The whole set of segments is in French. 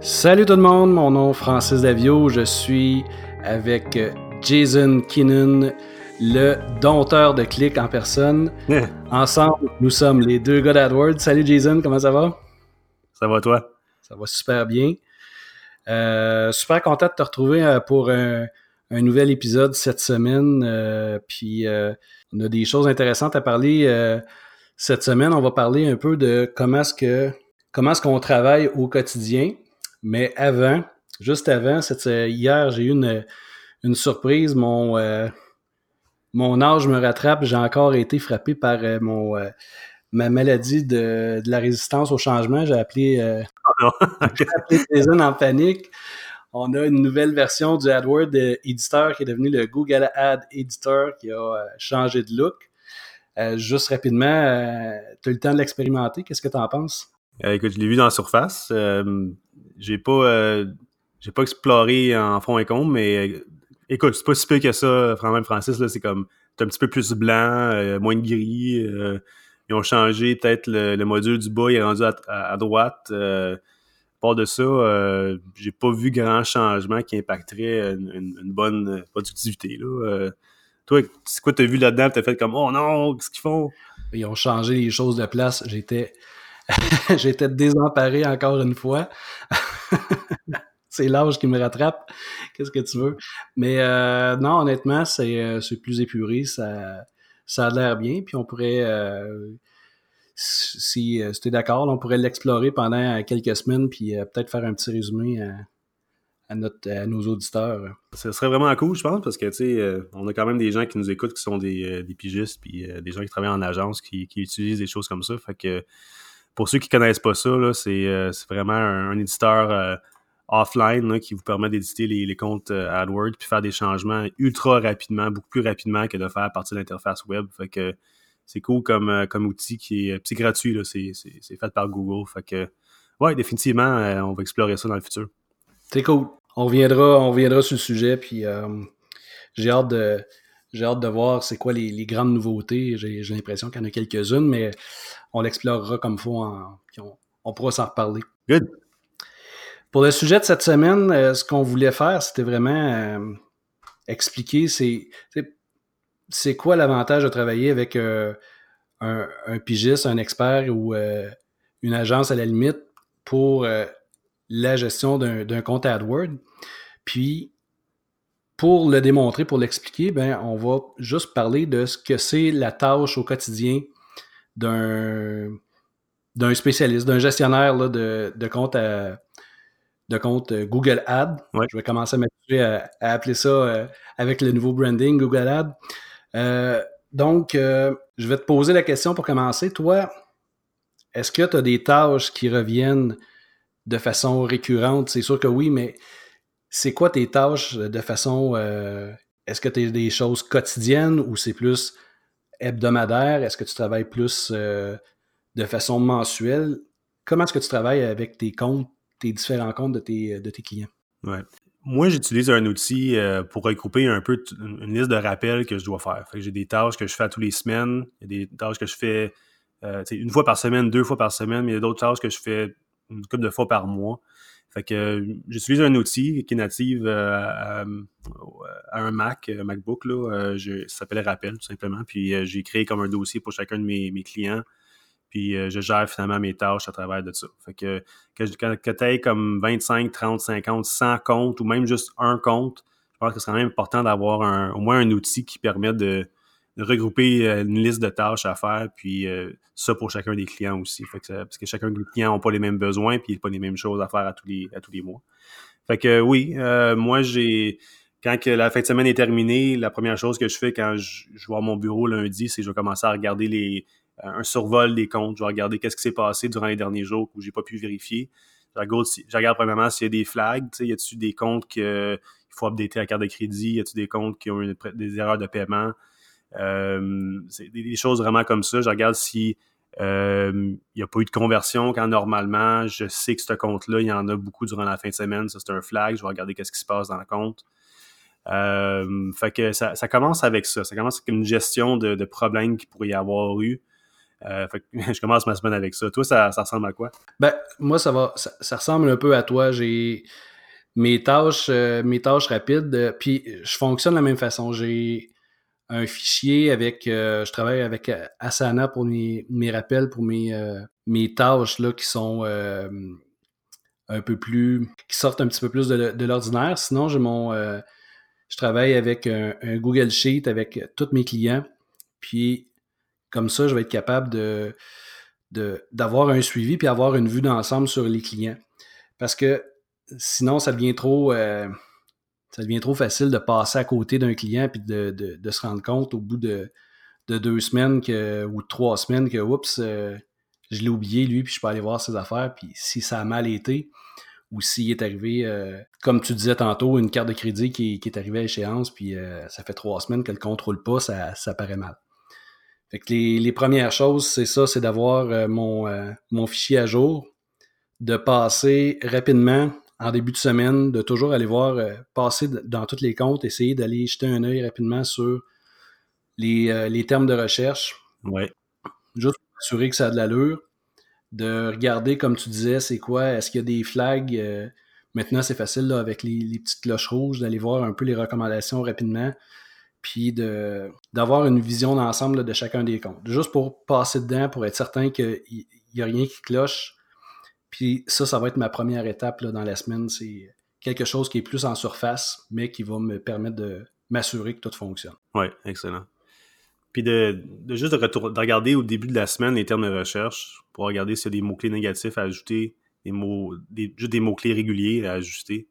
Salut tout le monde, mon nom est Francis Davio, je suis avec Jason Keenan, le dompteur de clics en personne. Ensemble, nous sommes les deux gars d'AdWords. Salut Jason, comment ça va? Ça va toi? Ça va super bien. Super content de te retrouver pour un nouvel épisode cette semaine. On a des choses intéressantes à parler cette semaine. On va parler un peu de comment est-ce qu'on travaille au quotidien. Mais juste avant, hier, j'ai eu une surprise. Mon âge me rattrape. J'ai encore été frappé par ma maladie de la résistance au changement. J'ai appelé Jason en panique. On a une nouvelle version du AdWords Editor qui est devenu le Google Ad Editor qui a changé de look. Juste rapidement, tu as eu le temps de l'expérimenter. Qu'est-ce que tu en penses? Écoute, je l'ai vu dans la surface. J'ai pas exploré en fond et comble, mais écoute, c'est pas si peu que ça, même Francis, là, c'est comme c'est un petit peu plus blanc, moins de gris. Ils ont changé peut-être le module du bas, il est rendu à droite. À part de ça, j'ai pas vu grand changement qui impacterait une bonne productivité. Là. Toi, c'est quoi t'as vu là-dedans? T'as fait comme oh non, qu'est-ce qu'ils font? Ils ont changé les choses de place. J'étais désemparé encore une fois. C'est l'âge qui me rattrape. Qu'est-ce que tu veux? Mais non, honnêtement, c'est plus épuré. Ça a l'air bien. Puis on pourrait, si tu es d'accord, on pourrait l'explorer pendant quelques semaines puis peut-être faire un petit résumé à nos auditeurs. Ce serait vraiment cool, je pense, parce que, tu sais, on a quand même des gens qui nous écoutent qui sont des pigistes, puis des gens qui travaillent en agence qui utilisent des choses comme ça. Fait que, pour ceux qui connaissent pas ça, là, c'est vraiment un éditeur offline là, qui vous permet d'éditer les comptes AdWords puis faire des changements ultra rapidement, beaucoup plus rapidement que de faire à partir de l'interface web. Fait que c'est cool comme outil qui est gratuit, là. C'est fait par Google. Fait que, ouais, définitivement, on va explorer ça dans le futur. C'est cool. On reviendra sur le sujet, puis j'ai hâte de voir c'est quoi les grandes nouveautés. J'ai l'impression qu'il y en a quelques-unes, mais on l'explorera comme il faut, puis on pourra s'en reparler. Good. Pour le sujet de cette semaine, ce qu'on voulait faire, c'était vraiment expliquer c'est quoi l'avantage de travailler avec un pigiste, un expert ou une agence à la limite pour la gestion d'un compte AdWords. Puis, pour le démontrer, pour l'expliquer, ben, on va juste parler de ce que c'est la tâche au quotidien d'un spécialiste, d'un gestionnaire là, de compte Google Ads. Ouais. Je vais commencer à m'habituer à appeler ça avec le nouveau branding Google Ads. Donc, je vais te poser la question pour commencer. Toi, est-ce que tu as des tâches qui reviennent de façon récurrente? C'est sûr que oui, mais c'est quoi tes tâches de façon... est-ce que tu as des choses quotidiennes ou c'est plus hebdomadaire? Est-ce que tu travailles plus de façon mensuelle? Comment est-ce que tu travailles avec tes comptes, tes différents comptes de tes clients? Ouais. Moi, j'utilise un outil pour regrouper un peu une liste de rappels que je dois faire. Fait que j'ai des tâches que je fais à tous les semaines. Il y a des tâches que je fais une fois par semaine, 2 fois par semaine, mais il y a d'autres tâches que je fais une couple de fois par mois. Fait que j'utilise un outil qui est natif à un MacBook. Là, ça s'appelle Rappel, tout simplement. Puis j'ai créé comme un dossier pour chacun de mes clients. Puis je gère finalement mes tâches à travers de ça. Fait que tu aies comme 25, 30, 50, 100 comptes ou même juste un compte, je pense que c'est quand même important d'avoir au moins un outil qui permet de regrouper une liste de tâches à faire, puis ça pour chacun des clients aussi. Fait que parce que chacun des clients n'a pas les mêmes besoins, puis il n'a pas les mêmes choses à faire à tous les mois. Fait que oui, moi quand que la fin de semaine est terminée, la première chose que je fais quand je vais à mon bureau lundi, c'est que je vais commencer à regarder un survol des comptes. Je vais regarder qu'est-ce qui s'est passé durant les derniers jours où j'ai pas pu vérifier. Je regarde premièrement s'il y a des flags, y a-t-il des comptes qu'il faut updater la carte de crédit, y a-t-il des comptes qui ont des erreurs de paiement. C'est des choses vraiment comme ça. Je regarde si il n'y a pas eu de conversion quand normalement je sais que ce compte-là, il y en a beaucoup durant la fin de semaine. Ça, c'est un flag. Je vais regarder qu'est-ce qui se passe dans le compte. Fait que ça commence avec ça. Ça commence avec une gestion de problèmes qu'il pourrait y avoir eu. Fait que je commence ma semaine avec ça. Toi, ça ressemble à quoi? Ben, moi, ça ressemble un peu à toi. J'ai mes tâches rapides, puis je fonctionne de la même façon. J'ai un fichier avec, je travaille avec Asana pour mes rappels, pour mes tâches là, qui sont un peu plus, qui sortent un petit peu plus de l'ordinaire. Sinon, je travaille avec un Google Sheet avec tous mes clients. Puis, comme ça, je vais être capable d'avoir un suivi puis avoir une vue d'ensemble sur les clients. Parce que sinon, ça devient trop facile de passer à côté d'un client puis de se rendre compte au bout de 2 semaines ou de 3 semaines que, oups, je l'ai oublié, lui, puis je peux aller voir ses affaires. Puis si ça a mal été, ou s'il est arrivé, comme tu disais tantôt, une carte de crédit qui est arrivée à échéance, puis ça fait 3 semaines qu'elle ne contrôle pas, ça paraît mal. Fait que les premières choses, c'est ça, c'est d'avoir mon fichier à jour, de passer rapidement en début de semaine, de toujours aller voir, passer dans tous les comptes, essayer d'aller jeter un œil rapidement sur les termes de recherche, Ouais. juste pour assurer que ça a de l'allure, de regarder, comme tu disais, c'est quoi, est-ce qu'il y a des flags, maintenant c'est facile là, avec les petites cloches rouges, d'aller voir un peu les recommandations rapidement, puis d'avoir une vision d'ensemble là, de chacun des comptes. Juste pour passer dedans, pour être certain qu'il n'y a rien qui cloche. Puis ça va être ma première étape là, dans la semaine. C'est quelque chose qui est plus en surface, mais qui va me permettre de m'assurer que tout fonctionne. Ouais, excellent. Puis de juste de regarder au début de la semaine les termes de recherche pour regarder s'il y a des mots-clés négatifs à ajouter, juste des mots-clés réguliers à ajuster.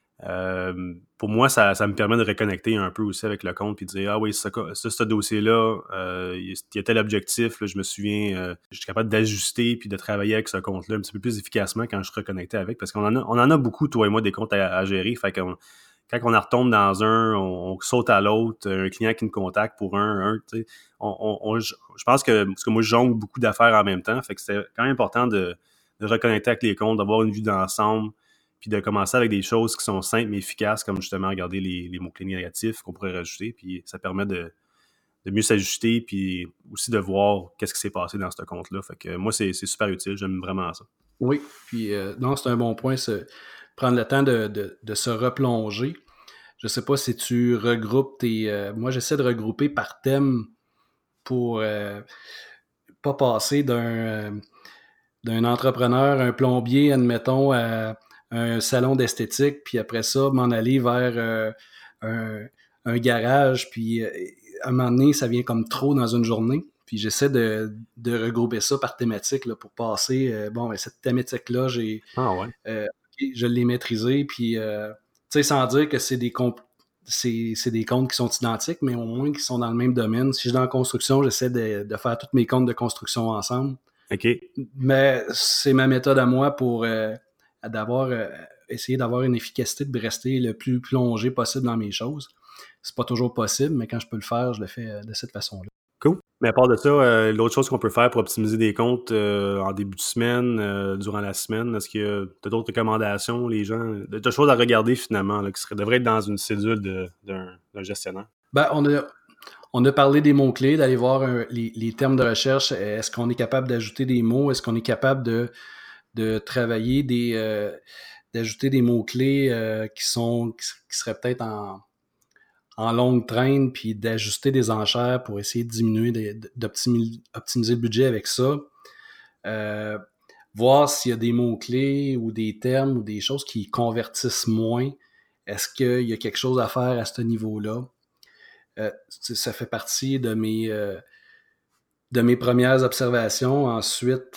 Pour moi, ça me permet de reconnecter un peu aussi avec le compte puis de dire, ah oui, ce dossier-là, il y a tel objectif, là, je me souviens, je suis capable d'ajuster puis de travailler avec ce compte-là un petit peu plus efficacement quand je suis reconnecté avec, parce qu'on en a beaucoup, toi et moi, des comptes à gérer. Fait qu'on quand on en retombe dans un, on saute à l'autre, un client qui nous contacte pour tu sais, je pense que, parce que moi, je jongle beaucoup d'affaires en même temps, fait que c'est quand même important de reconnecter avec les comptes, d'avoir une vue d'ensemble, puis de commencer avec des choses qui sont simples mais efficaces, comme justement regarder les mots-clés négatifs qu'on pourrait rajouter, puis ça permet de mieux s'ajuster, puis aussi de voir qu'est-ce qui s'est passé dans ce compte-là. Fait que moi, c'est super utile, j'aime vraiment ça. Oui, puis non, c'est un bon point, prendre le temps de se replonger. Je sais pas si tu regroupes moi, j'essaie de regrouper par thème pour pas passer d'un entrepreneur, un plombier, admettons, à un salon d'esthétique, puis après ça, m'en aller vers un garage, puis à un moment donné, ça vient comme trop dans une journée. Puis j'essaie de regrouper ça par thématique là, pour passer, cette thématique-là, Ah ouais. ok, je l'ai maîtrisée, puis tu sais, sans dire que c'est des comptes qui sont identiques, mais au moins qui sont dans le même domaine. Si je suis dans la construction, j'essaie de faire tous mes comptes de construction ensemble. OK. Mais c'est ma méthode à moi pour essayer d'avoir une efficacité, de rester le plus plongé possible dans mes choses. C'est pas toujours possible, mais quand je peux le faire, je le fais de cette façon-là. Cool. Mais à part de ça, l'autre chose qu'on peut faire pour optimiser des comptes en début de semaine, durant la semaine, est-ce que tu as d'autres recommandations, les gens, d'autres choses à regarder finalement, là, devraient être dans une cédule d'un gestionnaire? Ben, on a parlé des mots-clés, d'aller voir les termes de recherche. Est-ce qu'on est capable d'ajouter des mots? Est-ce qu'on est capable de travailler d'ajouter des mots-clés qui seraient peut-être en longue traîne, puis d'ajuster des enchères pour essayer de diminuer, d'optimiser le budget avec ça. Voir s'il y a des mots-clés ou des termes ou des choses qui convertissent moins. Est-ce qu'il y a quelque chose à faire à ce niveau-là? Ça fait partie de mes premières observations. Ensuite,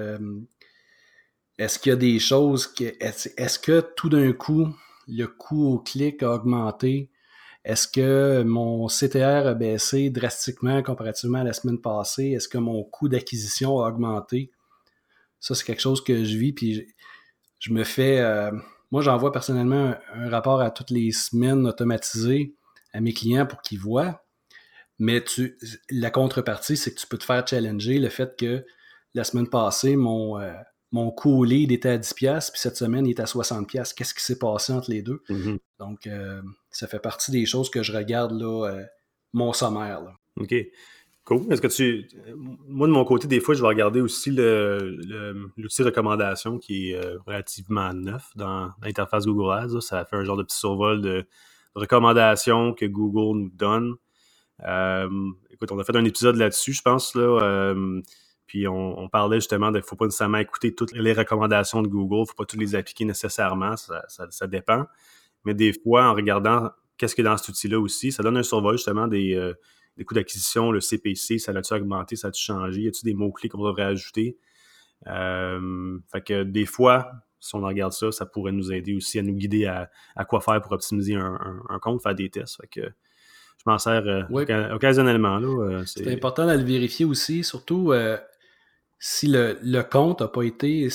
est-ce qu'il y a des choses est-ce que tout d'un coup, le coût au clic a augmenté? Est-ce que mon CTR a baissé drastiquement comparativement à la semaine passée? Est-ce que mon coût d'acquisition a augmenté? Ça, c'est quelque chose que je vis, puis je me fais... moi, j'envoie personnellement un rapport à toutes les semaines automatisé à mes clients pour qu'ils voient. Mais la contrepartie, c'est que tu peux te faire challenger le fait que la semaine passée, mon coût au lead était à 10$, puis cette semaine, il est à 60$. Qu'est-ce qui s'est passé entre les deux? Mm-hmm. Donc, ça fait partie des choses que je regarde, là, mon sommaire. Là. OK. Cool. Moi, de mon côté, des fois, je vais regarder aussi l'outil recommandation qui est relativement neuf dans l'interface Google Ads. Là. Ça fait un genre de petit survol de recommandations que Google nous donne. Écoute, on a fait un épisode là-dessus, je pense, là. Puis on parlait justement de faut pas nécessairement écouter toutes les recommandations de Google, faut pas toutes les appliquer nécessairement, ça dépend. Mais des fois, en regardant qu'est-ce qu'il y a dans cet outil-là aussi, ça donne un survol justement des coûts d'acquisition, le CPC, ça a-tu augmenté, ça a-tu changé, y a-tu des mots-clés qu'on devrait ajouter? Fait que des fois, si on regarde ça, ça pourrait nous aider aussi à nous guider à quoi faire pour optimiser un compte, faire des tests. Fait que je m'en sers Oui, occasionnellement. Là, c'est important de le vérifier aussi, surtout si le compte n'a pas été...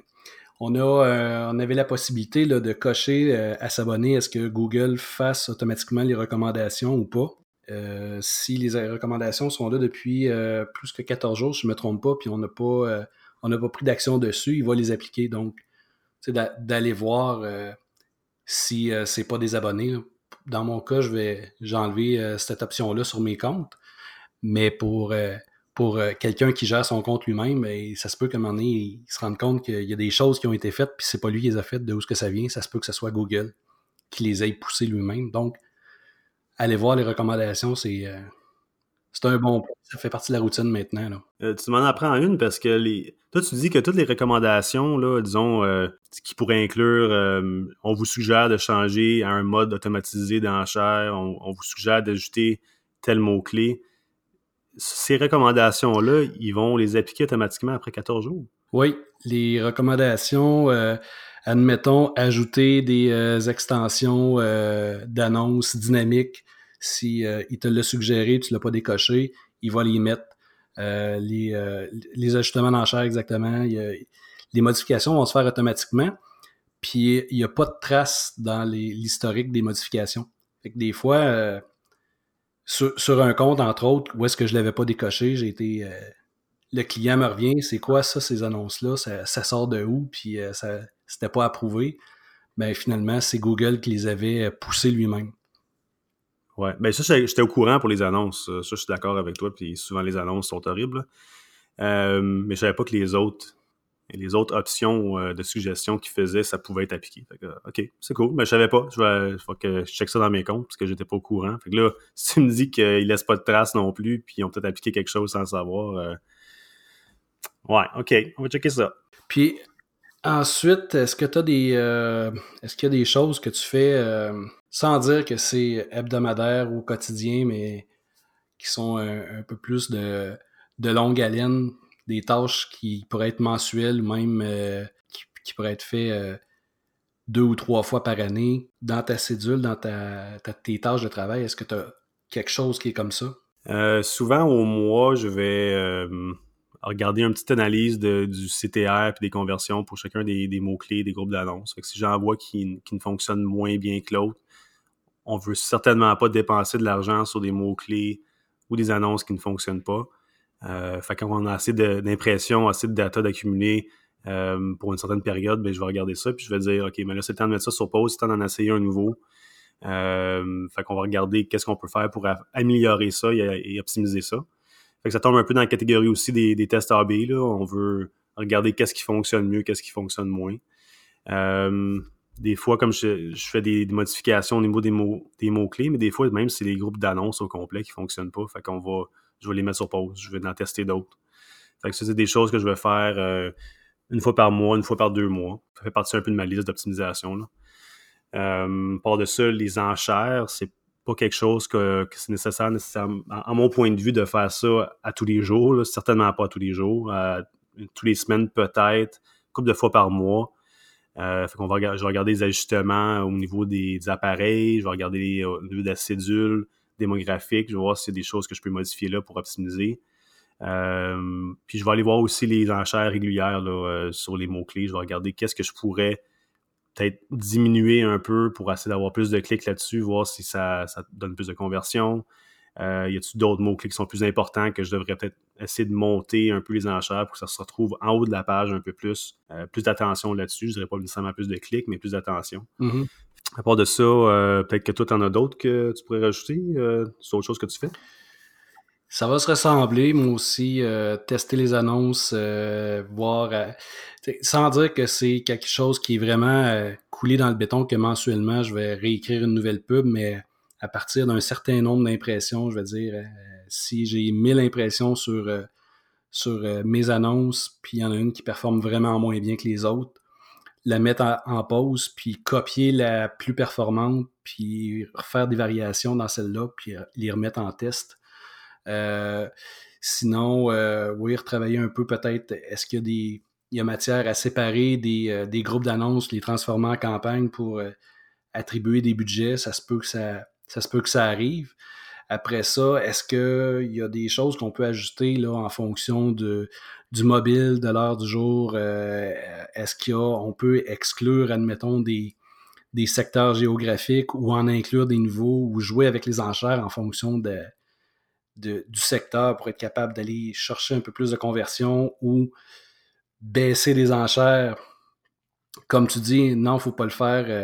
on avait la possibilité là, de cocher à s'abonner, est-ce que Google fasse automatiquement les recommandations ou pas. Si les recommandations sont là depuis plus que 14 jours, si je ne me trompe pas, puis on n'a pas pris d'action dessus, il va les appliquer. Donc, d'aller voir si c'est pas des abonnés. Là. Dans mon cas, j'ai enlevé cette option-là sur mes comptes. Mais pour quelqu'un qui gère son compte lui-même, ben, ça se peut qu'à un moment donné, il se rende compte qu'il y a des choses qui ont été faites, puis c'est pas lui qui les a faites, de où est-ce que ça vient. Ça se peut que ce soit Google qui les ait poussées lui-même. Donc, aller voir les recommandations, c'est un bon point. Ça fait partie de la routine maintenant. Là. Tu m'en apprends une parce que toi, tu dis que toutes les recommandations, là, disons, qui pourraient inclure, on vous suggère de changer à un mode automatisé d'enchère, on vous suggère d'ajouter tel mot-clé. Ces recommandations-là, ils vont les appliquer automatiquement après 14 jours. Oui, les recommandations, admettons, ajouter des extensions d'annonces dynamiques. Si il te l'a suggéré, tu ne l'as pas décoché, il va les mettre. Les ajustements d'enchères, exactement. Les modifications vont se faire automatiquement. Puis il n'y a pas de trace dans l'historique des modifications. Fait que des fois, sur un compte, entre autres, où est-ce que je ne l'avais pas décoché, le client me revient, c'est quoi ça, ces annonces-là? Ça sort de où? Puis c'était pas approuvé. Ben finalement, c'est Google qui les avait poussés lui-même. Ouais, ben ça, j'étais au courant pour les annonces. Ça, je suis d'accord avec toi, puis souvent les annonces sont horribles. Mais je savais pas que les autres options de suggestions qu'ils faisaient, ça pouvait être appliqué. Fait que, OK, c'est cool, mais je savais pas. Faut que je check ça dans mes comptes, parce que j'étais pas au courant. Fait que là, si tu me dis qu'ils laissent pas de traces non plus, puis ils ont peut-être appliqué quelque chose sans le savoir, ouais, OK, on va checker ça. Puis ensuite, est-ce qu'il y a des choses que tu fais sans dire que c'est hebdomadaire ou quotidien, mais qui sont un peu plus de longue haleine, des tâches qui pourraient être mensuelles ou même qui pourraient être faites 2 ou 3 fois par année dans ta cédule, dans tes tâches de travail? Est-ce que tu as quelque chose qui est comme ça? Souvent, au mois, je vais regarder une petite analyse du CTR et des conversions pour chacun des mots-clés, des groupes d'annonces. Fait que si j'en vois qui ne fonctionnent moins bien que l'autre, on veut certainement pas dépenser de l'argent sur des mots-clés ou des annonces qui ne fonctionnent pas. Fait que quand on a assez d'impressions, assez de data d'accumuler pour une certaine période, ben, je vais regarder ça puis je vais dire, OK, mais là, c'est le temps de mettre ça sur pause, c'est le temps d'en essayer un nouveau. Fait qu'on va regarder qu'est-ce qu'on peut faire pour améliorer ça et optimiser ça. Fait que ça tombe un peu dans la catégorie aussi des tests A/B. Là. On veut regarder qu'est-ce qui fonctionne mieux, qu'est-ce qui fonctionne moins. Des fois, comme je fais des modifications au niveau des mots-clés, mais des fois, même, c'est les groupes d'annonces au complet qui ne fonctionnent pas. Fait je vais les mettre sur pause. Je vais en tester d'autres. Fait que ça, c'est des choses que je vais faire une fois par mois, une fois par 2 mois. Ça fait partie un peu de ma liste d'optimisation. Là. Par de ça, les enchères, c'est pas quelque chose que c'est nécessairement, à mon point de vue, de faire ça à tous les jours. Là. Certainement pas à tous les jours. Tous les semaines, peut-être. Une couple de fois par mois. Je vais regarder les ajustements au niveau des appareils, je vais regarder au niveau de la cédule démographique, je vais voir s'il y a des choses que je peux modifier là pour optimiser. Puis je vais aller voir aussi les enchères régulières là, sur les mots-clés. Je vais regarder qu'est-ce que je pourrais peut-être diminuer un peu pour essayer d'avoir plus de clics là-dessus, voir si ça donne plus de conversion. Y a-t-il d'autres mots-clés qui sont plus importants que je devrais peut-être essayer de monter un peu les enchères pour que ça se retrouve en haut de la page un peu plus. Plus d'attention là-dessus. Je dirais pas nécessairement plus de clics, mais plus d'attention. Mm-hmm. À part de ça, peut-être que toi, tu en as d'autres que tu pourrais rajouter. C'est autre chose que tu fais? Ça va se ressembler, moi aussi, tester les annonces, voir, sans dire que c'est quelque chose qui est vraiment coulé dans le béton, que mensuellement, je vais réécrire une nouvelle pub, mais à partir d'un certain nombre d'impressions, je vais dire, si j'ai 1000 impressions sur mes annonces, puis il y en a une qui performe vraiment moins bien que les autres, la mettre en pause, puis copier la plus performante, puis refaire des variations dans celle-là, puis les remettre en test. Sinon, oui, retravailler un peu peut-être, est-ce qu'il y a matière à séparer des groupes d'annonces, les transformer en campagne pour attribuer des budgets, ça se peut que ça arrive. Après ça, est-ce qu'il y a des choses qu'on peut ajuster là, en fonction du mobile, de l'heure du jour? Est-ce qu'on peut exclure, admettons, des secteurs géographiques ou en inclure des nouveaux ou jouer avec les enchères en fonction du secteur pour être capable d'aller chercher un peu plus de conversion ou baisser les enchères? Comme tu dis, non, faut pas le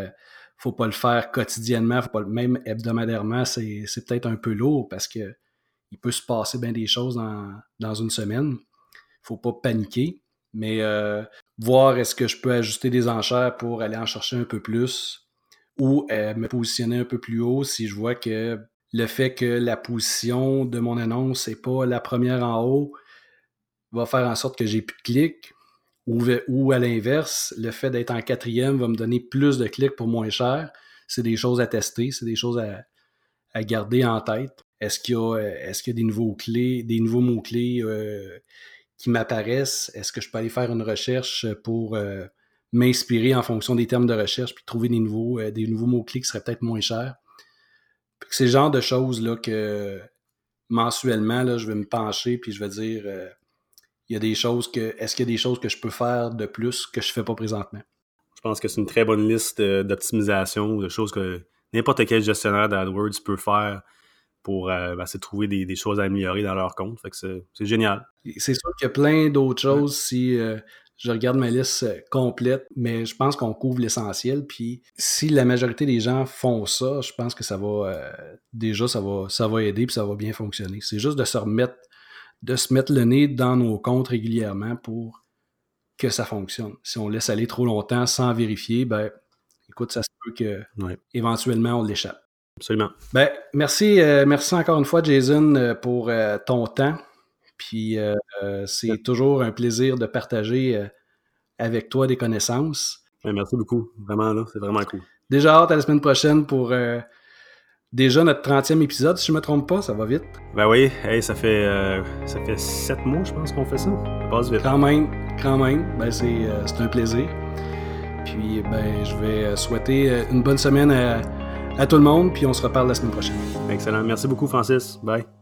faire quotidiennement, même hebdomadairement, c'est peut-être un peu lourd parce que il peut se passer bien des choses dans une semaine. Faut pas paniquer, mais voir est-ce que je peux ajuster des enchères pour aller en chercher un peu plus ou me positionner un peu plus haut si je vois que le fait que la position de mon annonce n'est pas la première en haut va faire en sorte que j'ai plus de clics. Ou à l'inverse, le fait d'être en quatrième va me donner plus de clics pour moins cher. C'est des choses à tester, c'est des choses à garder en tête. Est-ce qu'il y a des nouveaux mots-clés qui m'apparaissent? Est-ce que je peux aller faire une recherche pour m'inspirer en fonction des termes de recherche puis trouver des nouveaux mots-clés qui seraient peut-être moins chers? C'est le genre de choses là, que mensuellement, là, je vais me pencher puis je vais dire est-ce qu'il y a des choses que je peux faire de plus que je fais pas présentement? Je pense que c'est une très bonne liste d'optimisation, de choses que n'importe quel gestionnaire d'AdWords peut faire pour essayer de trouver des choses à améliorer dans leur compte. Fait que c'est génial. C'est sûr qu'il y a plein d'autres choses si je regarde ma liste complète, mais je pense qu'on couvre l'essentiel. Puis si la majorité des gens font ça, je pense que ça va aider puis ça va bien fonctionner. C'est juste de se mettre le nez dans nos comptes régulièrement pour que ça fonctionne. Si on laisse aller trop longtemps sans vérifier, ben écoute, ça se peut que éventuellement on l'échappe. Absolument. Ben, merci encore une fois, Jason, pour ton temps. Puis c'est toujours un plaisir de partager avec toi des connaissances. Merci beaucoup. Vraiment, là, c'est vraiment cool. Déjà hâte à la semaine prochaine pour déjà notre 30e épisode, si je me trompe pas, ça va vite. Ben oui, hey, ça fait 7 mois, je pense, qu'on fait ça. Ça passe vite. Quand même. Ben, c'est un plaisir. Puis ben, je vais souhaiter une bonne semaine à tout le monde, puis on se reparle la semaine prochaine. Excellent. Merci beaucoup, Francis. Bye.